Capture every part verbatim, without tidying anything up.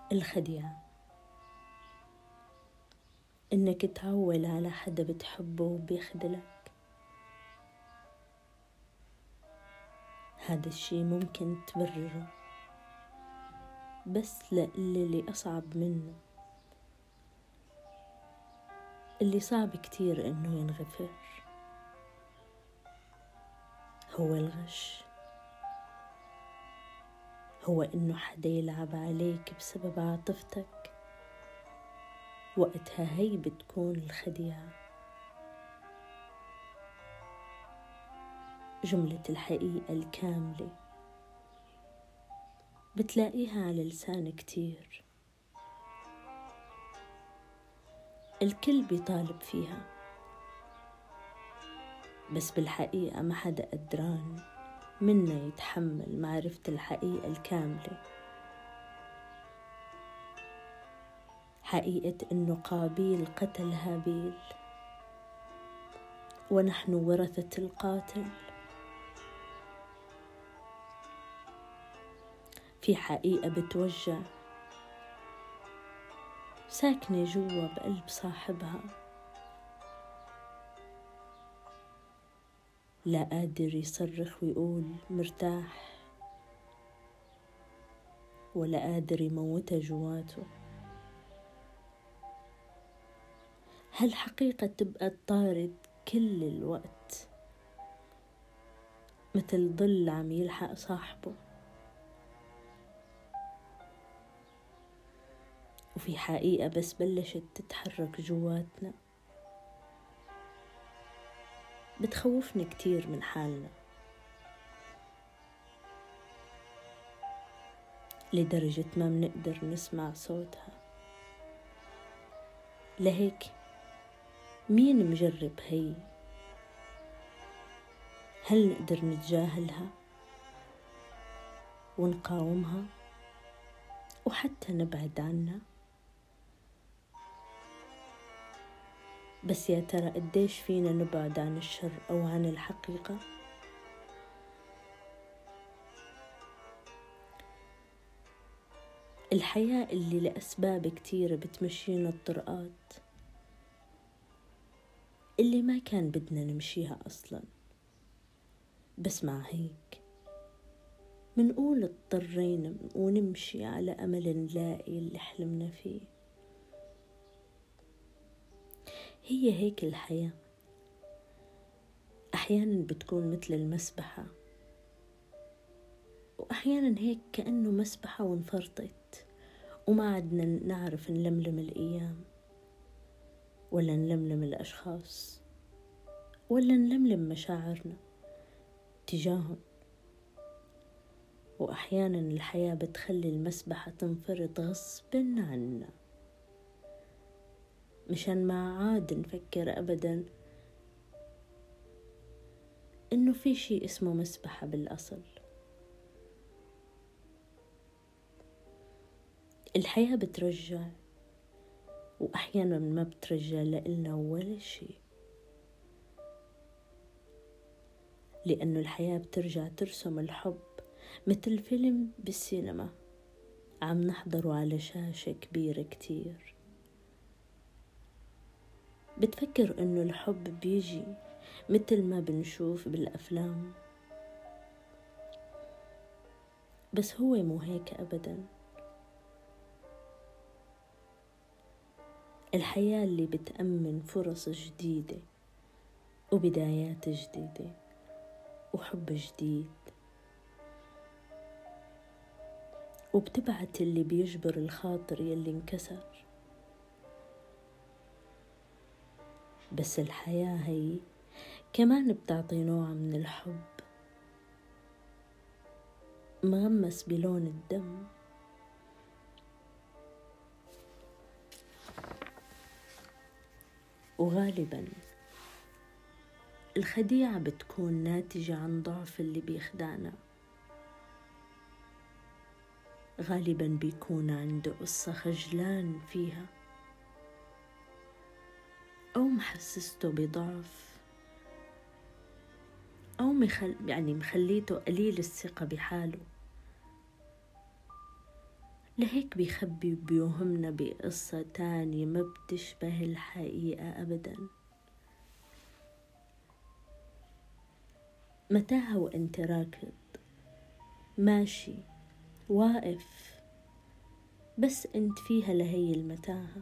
الخديعة، إنك تعول على حدا بتحبه وبيخذلك. هذا الشي ممكن تبرره، بس للي اللي أصعب منه، اللي صعب كتير إنه ينغفر، هو الغش. هو إنه حدا يلعب عليك بسبب عاطفتك. وقتها هي بتكون الخديعة. جملة الحقيقة الكاملة بتلاقيها على لسان كتير، الكل بيطالب فيها، بس بالحقيقة ما حدا قدران منا يتحمل معرفة الحقيقة الكاملة. حقيقة إنه قابيل قتل هابيل، ونحن ورثة القاتل. في حقيقة بتوجع، ساكنة جوا بقلب صاحبها، لا قادر يصرخ ويقول مرتاح، ولا قادر يموتها جواته. هالحقيقة تبقى تطارد كل الوقت، مثل ظل عم يلحق صاحبه. وفي حقيقة بس بلشت تتحرك جواتنا بتخوفنا كتير من حالنا، لدرجة ما بنقدر نسمع صوتها. لهيك مين مجرب هي؟ هل نقدر نتجاهلها ونقاومها وحتى نبعد عنها؟ بس يا ترى قديش فينا نبعد عن الشر أو عن الحقيقة؟ الحياة اللي لأسباب كتيرة بتمشينا الطرقات اللي ما كان بدنا نمشيها أصلا، بس مع هيك منقول اضطرينا ونمشي على أمل نلاقي اللي حلمنا فيه. هي هيك الحياة، أحيانا بتكون مثل المسبحة، وأحيانا هيك كأنه مسبحة وانفرطت وما عدنا نعرف نلملم الأيام، ولا نلملم الأشخاص، ولا نلملم مشاعرنا تجاههم. وأحيانا الحياة بتخلي المسبحة تنفرط غصب عنا، مشان ما عاد نفكر أبدا إنه في شي اسمه مسبحة بالأصل. الحياة بترجع، وأحيانا ما بترجع لإلنا ولا شي، لأنه الحياة بترجع ترسم الحب مثل فيلم بالسينما عم نحضره على شاشة كبيرة كتير. بتفكر إنه الحب بيجي مثل ما بنشوف بالأفلام، بس هو مو هيك أبدا. الحياة اللي بتأمن فرص جديدة وبدايات جديدة وحب جديد، وبتبعت اللي بيجبر الخاطر يلي انكسر. بس الحياة هي كمان بتعطي نوع من الحب مغمس بلون الدم. وغالبا الخديعة بتكون ناتجة عن ضعف اللي بيخدعنا، غالبا بيكون عنده قصة خجلان فيها، أو محسسته بضعف، أو مخل يعني مخليته قليل الثقة بحاله. لهيك بيخبي وبيوهمنا بقصة تانية ما بتشبه الحقيقة أبدا. متاهة وانت راكض ماشي واقف، بس انت فيها لهي المتاهة،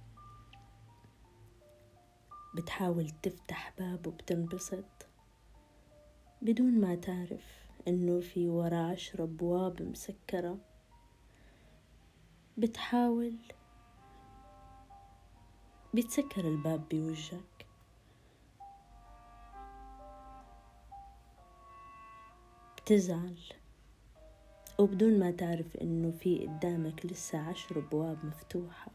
بتحاول تفتح باب وبتنبسط بدون ما تعرف انه في ورا عشر ابواب مسكرة. بتحاول بيتسكر الباب بوجهك، بتزعل وبدون ما تعرف انه في قدامك لسه عشر ابواب مفتوحة.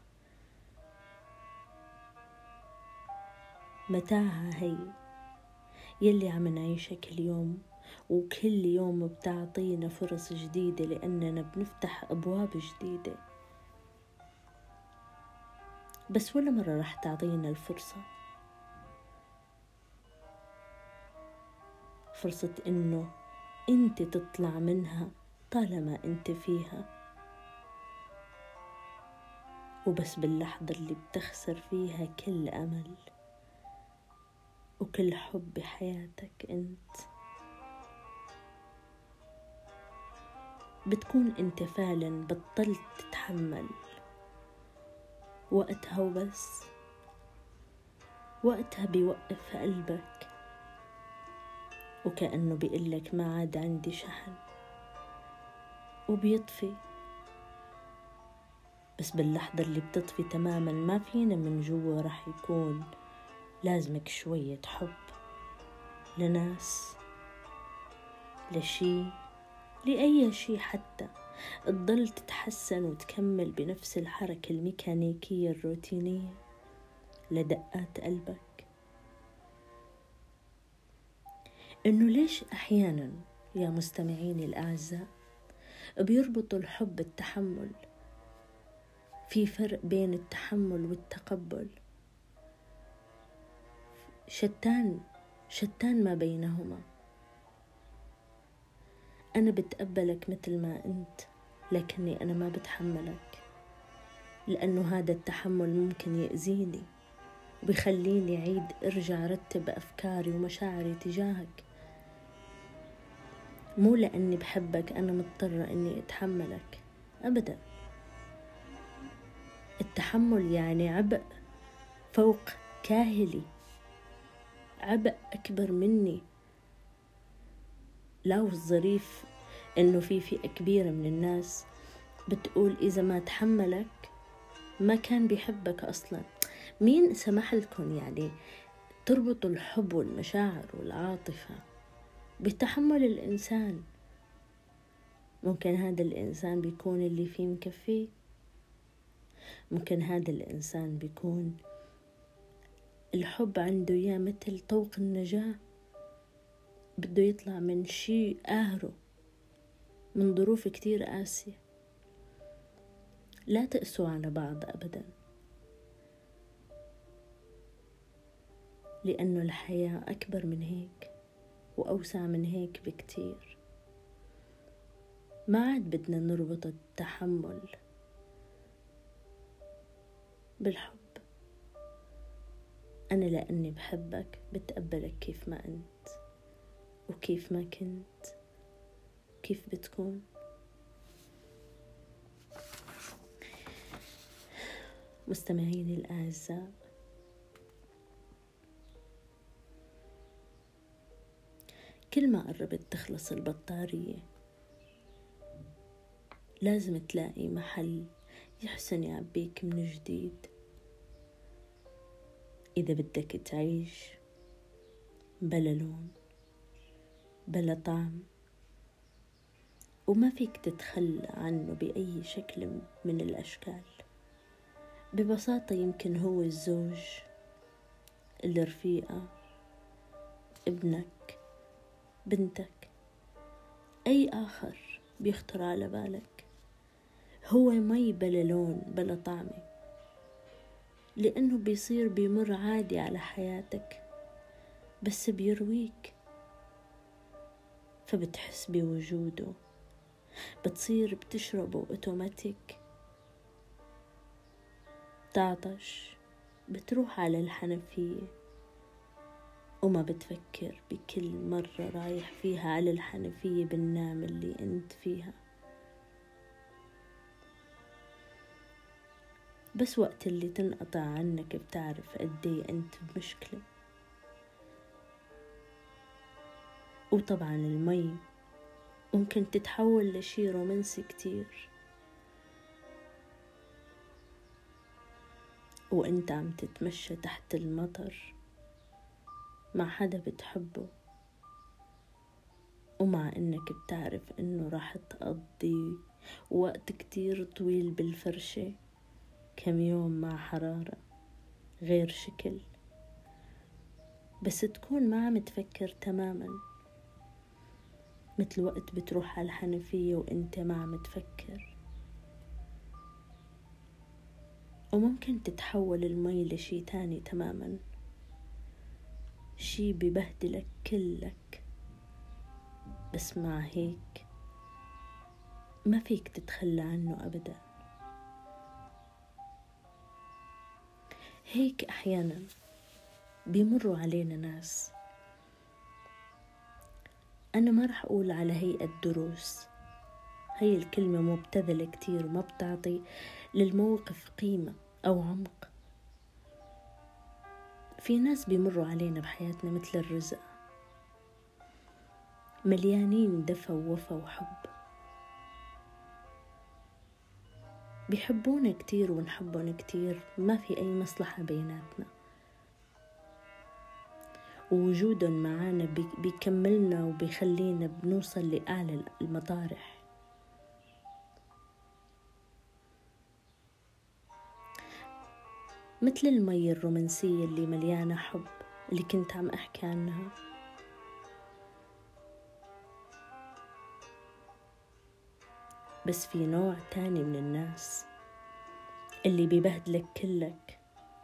متاهة هي يلي عم نعيشها كل يوم، وكل يوم بتعطينا فرص جديدة لأننا بنفتح أبواب جديدة، بس ولا مرة رح تعطينا الفرصة فرصة إنه أنت تطلع منها طالما أنت فيها. وبس باللحظة اللي بتخسر فيها كل أمل وكل حب بحياتك أنت، بتكون أنت فعلا بطلت تتحمل. وقتها وبس، وقتها بيوقف قلبك وكأنه بيقلك ما عاد عندي شحن، وبيطفي. بس باللحظة اللي بتطفي تماما ما فينا من جوا رح يكون لازمك شوية حب لناس، لشي، لأي شي، حتى تضل تتحسن وتكمل بنفس الحركة الميكانيكية الروتينية لدقات قلبك. إنه ليش أحيانا يا مستمعيني الأعزاء بيربطوا الحب بالتحمل؟ في فرق بين التحمل والتقبل، شتان شتان ما بينهما. أنا بتقبلك مثل ما أنت، لكني أنا ما بتحملك، لأنه هذا التحمل ممكن يأذيني وبيخليني عيد أرجع رتب أفكاري ومشاعري تجاهك. مو لأني بحبك أنا مضطرة أني أتحملك أبدا. التحمل يعني عبء فوق كاهلي، عبء أكبر مني. لو الظريف إنه في فئة كبيرة من الناس بتقول إذا ما تحملك ما كان بيحبك أصلا. مين سمح لكم يعني تربطوا الحب والمشاعر والعاطفة بتحمل الإنسان؟ ممكن هذا الإنسان بيكون اللي فيه مكفيه، ممكن هذا الإنسان بيكون الحب عنده يا مثل طوق النجاة، بده يطلع من شيء قاهره، من ظروف كتير قاسية. لا تقسوا على بعض أبدا، لأنه الحياة أكبر من هيك وأوسع من هيك بكتير. ما عاد بدنا نربط التحمل بالحب. أنا لأني بحبك بتقبلك كيف ما أنت وكيف ما كنت، كيف بتكون. مستمعيني الأعزاء، كل ما قربت تخلص البطارية لازم تلاقي محل يحسن يعبيك من جديد. إذا بدك تعيش بلا لون بلا طعم وما فيك تتخلى عنه بأي شكل من الأشكال، ببساطة يمكن هو الزوج، الرفيقة، ابنك، بنتك، أي آخر بيخطر على بالك. هو مي بلا لون بلا طعمة، لأنه بيصير بيمر عادي على حياتك بس بيرويك، فبتحس بوجوده، بتصير بتشربه اوتوماتيك بتعطش بتروح على الحنفية وما بتفكر بكل مرة رايح فيها على الحنفية بالنعمة اللي انت فيها. بس وقت اللي تنقطع عنك بتعرف قدي انت بمشكلة. وطبعا المي ممكن تتحول لشي رومانسي كتير، وانت عم تتمشى تحت المطر مع حدا بتحبه، ومع انك بتعرف انه راح تقضي وقت كتير طويل بالفرشة، كم يوم مع حرارة غير شكل، بس تكون ما عم تفكر تماما، مثل وقت بتروح على الحنفية وانت ما عم تفكر. وممكن تتحول المي لشي تاني تماما، شي ببهدلك كلك، بس مع هيك ما فيك تتخلى عنه أبدا. هيك أحيانا بيمروا علينا ناس، أنا ما رح أقول على هيئة دروس، هي الكلمة مبتذلة كتير وما بتعطي للموقف قيمة أو عمق. في ناس بيمروا علينا بحياتنا مثل الرزق، مليانين دفى ووفا وحب، بيحبونا كتير ونحبون كتير، ما في أي مصلحة بيناتنا، ووجودهم معانا بيكملنا وبيخلينا بنوصل لأعلى المطارح. مثل المي الرومانسية اللي مليانة حب اللي كنت عم أحكي عنها. بس في نوع تاني من الناس اللي بيبهدلك كلك.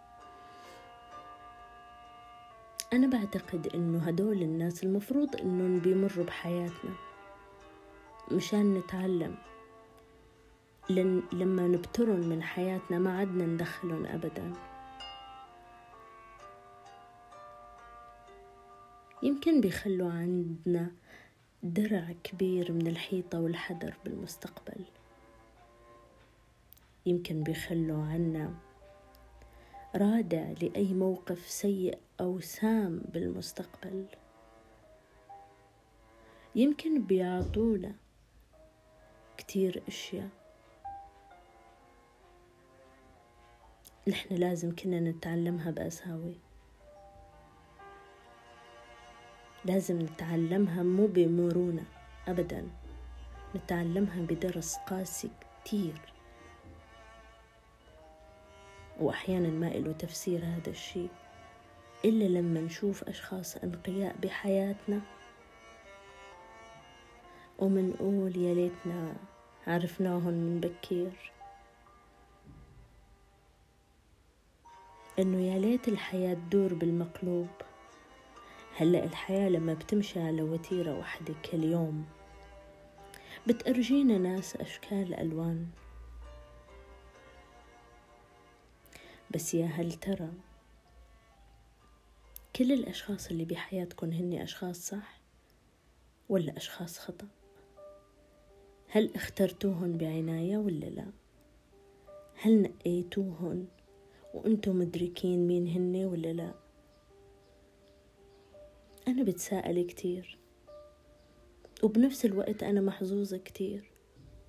أنا بعتقد إنه هدول الناس المفروض إنهم بيمروا بحياتنا مشان نتعلم، لن لما نبترن من حياتنا ما عدنا ندخلهم أبدا. يمكن بيخلوا عندنا درع كبير من الحيطة والحذر بالمستقبل، يمكن بيخلوا عنا رادع لأي موقف سيء أو سام بالمستقبل، يمكن بيعطونا كتير أشياء نحن لازم كنا نتعلمها بأساوي، لازم نتعلمها مو بمرونة أبدا، نتعلمها بدرس قاسي كتير، وأحيانا ما إله تفسير هذا الشيء إلا لما نشوف أشخاص أنقياء بحياتنا ومنقول يا ليتنا عرفناهم من بكير، إنه يا ليت الحياة تدور بالمقلوب. هلأ الحياة لما بتمشي على وتيرة واحدة كل يوم بتأرجينا ناس أشكال ألوان، بس يا هل ترى كل الأشخاص اللي بحياتكم هن أشخاص صح ولا أشخاص خطأ؟ هل اخترتوهن بعناية ولا لا؟ هل نقيتوهن وأنتم مدركين مين هن ولا لا؟ أنا بتساءل كتير، وبنفس الوقت أنا محظوظة كتير،